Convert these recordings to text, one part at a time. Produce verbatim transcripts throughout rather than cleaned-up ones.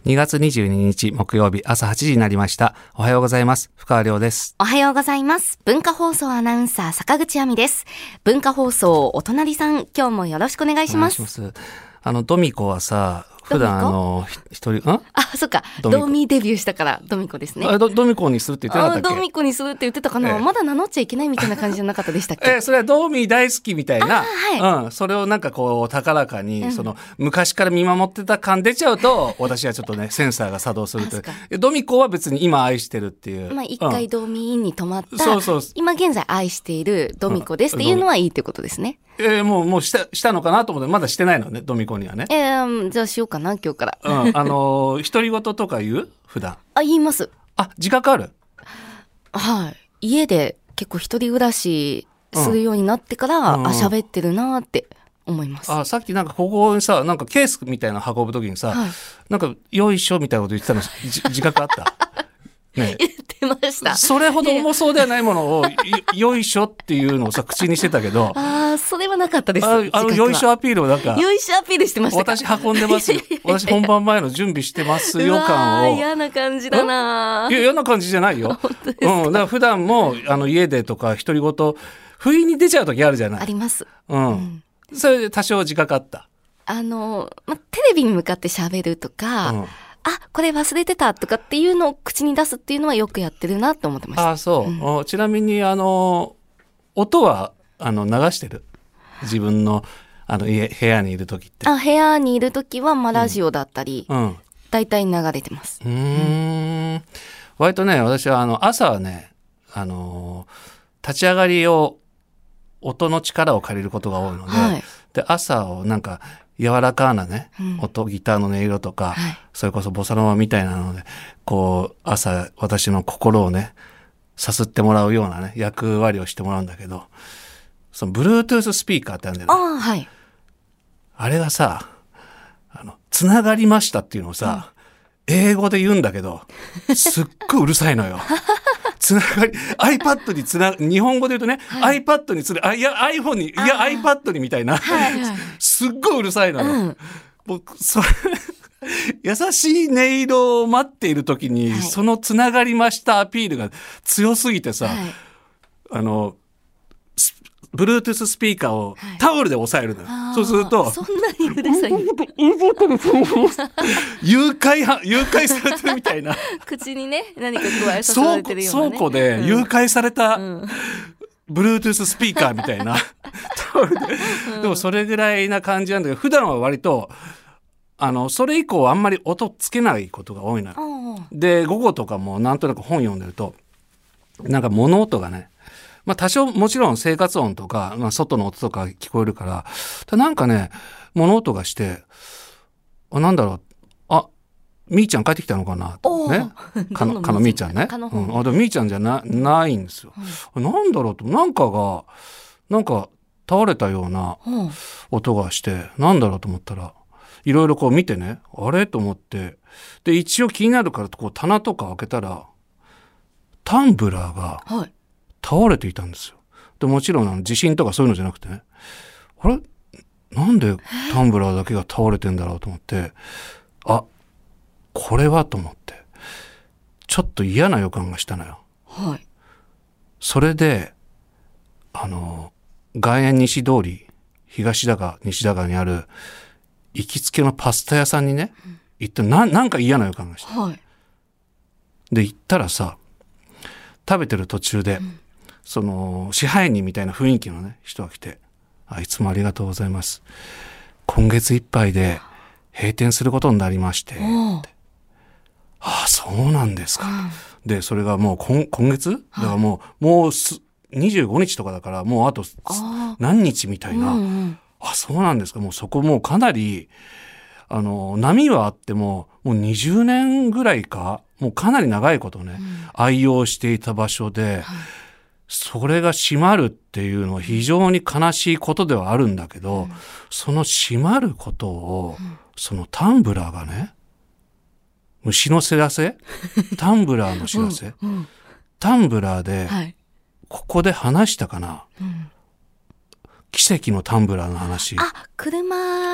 にがつにじゅうににち木曜日朝はちじになりました。おはようございます。深川亮です。 おはようございます。文化放送アナウンサー坂口亜美です。文化放送お隣さん、今日もよろしくお願いします。 お願いします。あのドミコはさ、普段あの一人、ん？ あ、そっか。ドミデビューしたからドミコですね。 あ、ド、ドミコにするって言ってなかったっけ？ ドミコにするって言ってたかな、ええ、まだ名乗っちゃいけないみたいな感じじゃなかったでしたっけ？ ええ、それはドミ大好きみたいな、 はい、 うん、それをなんかこう高らかに、うん、その昔から見守ってた感出ちゃうと私はちょっとねセンサーが作動するってドミコは別に今愛してるっていう、 まあ一回ドミインに泊まった、うん、 そうそう今現在愛しているドミコですっていうのはいいってことですね。 えー、もう、もうした、したのかなと思ってまだしてないのね、ドミコにはね。 えー、じゃあしようかな今日から。 うん、あのー、独り言とか言う？普段。 あ、言います。 あ、自覚ある？ はい。家で結構一人暮らしするようになってから、うん、あ、喋ってるなって思います。 あ、さっきなんかここにさ、なんかケースみたいなの運ぶときにさ、はい、なんかよいしょみたいなこと言ってたの自覚あった？ね、 言ってました。 それほど重そうではないものをよいしょっていうのをさ口にしてたけど、 ああ、それはなかったです。 ああのよいしょアピールをなんかよいしょアピールしてましたか？ 私運んでますよ。私本番前の準備してますよ感を。 嫌な感じだな。 いや嫌な感じじゃないよ。 本当ですか？ うん、だから普段もあの家でとか独り言不意に出ちゃう時あるじゃない。 あります。 うん。うん、それで多少自覚あった。 あの、ま、テレビに向かって喋るとか。うん、あ、これ忘れてたとかっていうのを口に出すっていうのはよくやってるなと思ってました。 あ、そう、うん、ちなみにあの音はあの流してる？自分のあの家部屋にいる時って。 あ、部屋にいる時はまあラジオだったり、うん、だいたい流れてます。 うーん、割とね、私はあの朝はね、あの立ち上がりを音の力を借りることが多いので、はい、で朝をなんか柔らかなね、うん、音、ギターの音色とか、はい、それこそボサノバみたいなので、こう、朝、私の心をね、さすってもらうようなね、役割をしてもらうんだけど、その、Bluetooth スピーカーってあるんだよね。 あ、はい。 あれがさ、あの、つながりましたっていうのをさ、うん、英語で言うんだけど、すっごいうるさいのよ。つながり iPad につな日本語で言うとね、はい、iPad につなあいや iPhone にいや iPad にみたいな、はいはい、すっごいうるさいのよ、うん、僕それ優しい音色を待っている時に、はい、そのつながりましたアピールが強すぎてさ、はい、あのBluetooth スピーカーをタオルで押さえるのよ、はい、そうするとそんなにうるさい誘拐は誘拐されてるみたいな口にね何か加えさせられてるような、ね、 倉庫で誘拐された、うん、Bluetooth スピーカーみたいなタオルで、うん、でもそれぐらいな感じなんだけど普段は割とあのそれ以降あんまり音つけないことが多いのよ。で午後とかもなんとなく本読んでるとなんか物音がね、まあ多少もちろん生活音とか、まあ、外の音とか聞こえるから、なんかね、物音がして、あ、なんだろう、あ、みーちゃん帰ってきたのかなとね。かの、かのみーちゃんね。うん、あ、でもみーちゃんじゃな、ないんですよ。うん、なんだろうと、なんかが、なんか倒れたような音がして、なんだろうと思ったら、いろいろこう見てね、あれと思って、で、一応気になるからこう棚とか開けたら、タンブラーが、はい、倒れていたんですよ。でもちろんあの地震とかそういうのじゃなくてね、あれなんでタンブラーだけが倒れてんだろうと思って、あ、これはと思ってちょっと嫌な予感がしたのよ。はい。それであの外苑西通り東だか西だかにある行きつけのパスタ屋さんにね、うん、行ってな、なんか嫌な予感がした。はい。で行ったらさ、食べてる途中で、うん、その支配人みたいな雰囲気のね人が来て、あ、いつもありがとうございます。今月いっぱいで閉店することになりまして。って、ああ、そうなんですか。うん、で、それがもう今、今月だからもう、もうすにじゅうごにちとかだからもうあと何日みたいな。うんうん、あ、そうなんですか。もうそこもうかなりあの波はあってももうにじゅうねんぐらいか、もうかなり長いことね、うん、愛用していた場所で。はい、それが閉まるっていうのは非常に悲しいことではあるんだけど、うん、その閉まることを、うん、そのタンブラーがね、虫の知らせタンブラーの知らせ、うんうん、タンブラーで、はい、ここで話したかな、うん、奇跡のタンブラーの話。 あ、車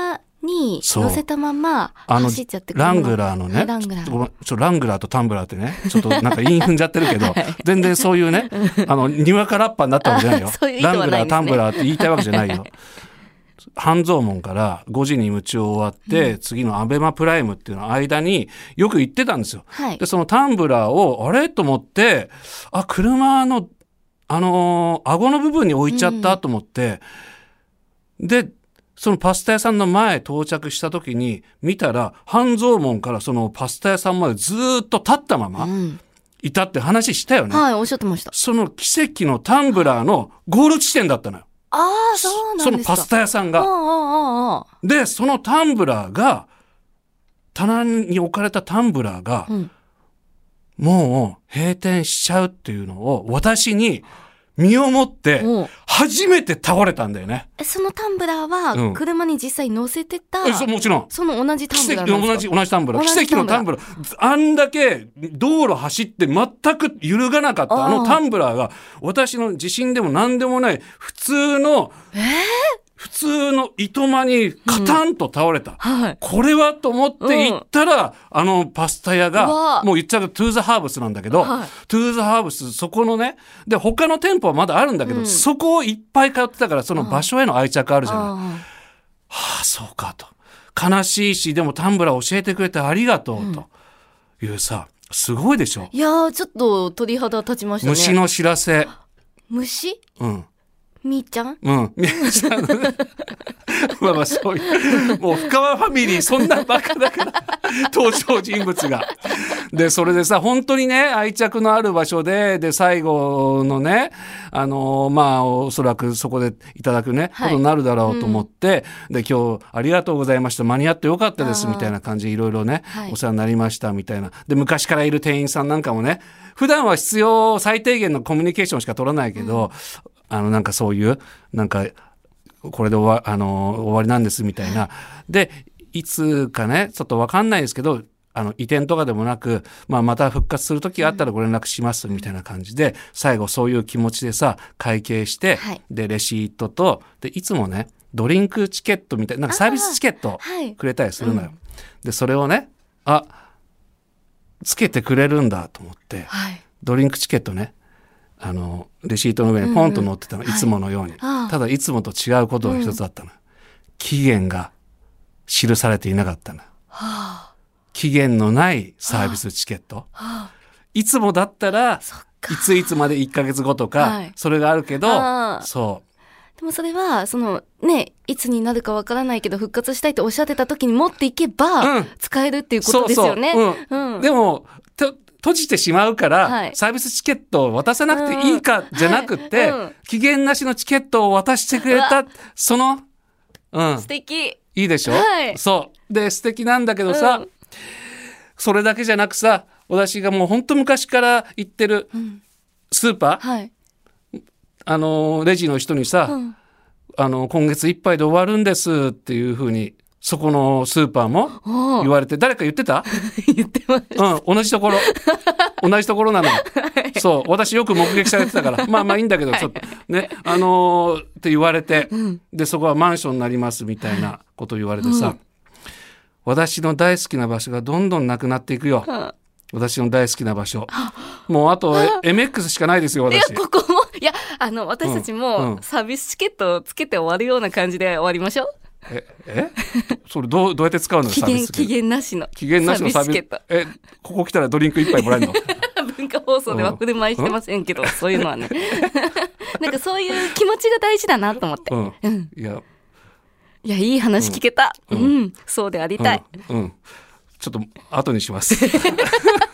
にそう乗せたままあの走っちゃってラングラーのね、 ラングラーちょっとごめんちょっとラングラーとタンブラーってね、ちょっとなんか韻踏んじゃってるけど、全然そういうね、あの、にわかラッパーになったわけじゃないよ。 そういう意図はないんですねラングラー、タンブラーって言いたいわけじゃないよ。半蔵門からごじに夢中終わって、うん、次のアベマプライムっていうの間によく行ってたんですよ。 はい、 で、そのタンブラーを、あれと思って、あ、車の、あのー、顎の部分に置いちゃったと思って、うん、で、そのパスタ屋さんの前到着した時に見たら、半蔵門からそのパスタ屋さんまでずっと立ったままいたって話したよね。 うん、はい、おっしゃってました。 その奇跡のタンブラーのゴール地点だったのよ。 ああ、そうなんですか。 そのパスタ屋さんが。 ああああで、そのタンブラーが、棚に置かれたタンブラーが、うん、もう閉店しちゃうっていうのを私に身をもって初めて倒れたんだよね。 え、そのタンブラーは車に実際乗せてた、うん、 そもちろんその同じタンブラーなんですか。 同じ同じタンブラー奇跡のタンブラー、あんだけ道路走って全く揺るがなかったあのタンブラーが私の自信でも何でもない普通の、 えー普通の糸間にカタンと倒れた、うんはい、これはと思って行ったら、うん、あのパスタ屋がもう言っちゃうとトゥーザハーブスなんだけど、はい、トゥーザハーブスそこのねで他の店舗はまだあるんだけど、うん、そこをいっぱい通ってたからその場所への愛着あるじゃない、うん、はあそうかと悲しいしでもタンブラー教えてくれてありがとうというさ、すごいでしょ。 いやちょっと鳥肌立ちましたね。 虫の知らせ。 虫？ うんみーちゃんうん。みーちゃん。まあまあそういう、もう深川ファミリー、そんなバカだから、登場人物が。で、それでさ、本当にね、愛着のある場所で、で、最後のね、あのー、まあ、おそらくそこでいただくね、はい、ことになるだろうと思って、うん、で、今日ありがとうございました、間に合ってよかったです、みたいな感じでいろいろね、はい、お世話になりました、みたいな。で、昔からいる店員さんなんかもね、普段は必要最低限のコミュニケーションしか取らないけど、うんあのなんかそういうなんかこれで終わ、あの終わりなんですみたいなでいつかねちょっと分かんないですけどあの移転とかでもなく、まあ、また復活する時があったらご連絡しますみたいな感じで最後そういう気持ちでさ会計して、はい、でレシートとでいつもねドリンクチケットみたいな、なんかサービスチケットくれたりするのよ、はいうん、でそれをねあつけてくれるんだと思って、はい、ドリンクチケットねあのレシートの上にポンと載ってたの、うんうん、いつものように、はい、ただいつもと違うことが一つあったの、うん、期限が記されていなかったの、はあ、期限のないサービスチケット、はあ、いつもだったらいついつまでいっかげつごとか、はい、それがあるけど、はあ、そうでもそれはそのねいつになるかわからないけど復活したいとおっしゃってた時に持っていけば、うん、使えるっていうことですよね。 そうそう、うんうん、でも閉じてしまうから、はい、サービスチケットを渡さなくていいかじゃなくて、うんはいうん、期限なしのチケットを渡してくれたその、うん、 素敵いいでしょ、はい、そうで素敵なんだけどさ、うん、それだけじゃなくさ私がもう本当昔から行ってるスーパー、うんはい、あのレジの人にさ、うん、あの今月いっぱいで終わるんですっていう風にそこのスーパーも言われて、誰か言ってた？ 言ってます。 うん、同じところ。同じところなの。はい、そう、私よく目撃されてたから、まあまあいいんだけど、ちょっとね、あのー、って言われて、うん、で、そこはマンションになりますみたいなこと言われてさ、うん、私の大好きな場所がどんどんなくなっていくよ。私の大好きな場所。もうあと エムエックス しかないですよ、私。 いや、ここも、いや、あの、私たちもサービスチケットをつけて終わるような感じで終わりましょう。 ええそれどうどうやって使うの？ 期限期限なしの期限なしのサービスチケット。えここ来たらドリンク一杯もらえるの？ 文化放送では振る舞いしてませんけど、うん、そういうのはねなんかそういう気持ちが大事だなと思って、うんうん、いやいやいい話聞けた、うんうん、そうでありたい、 うんうん、ちょっと後にします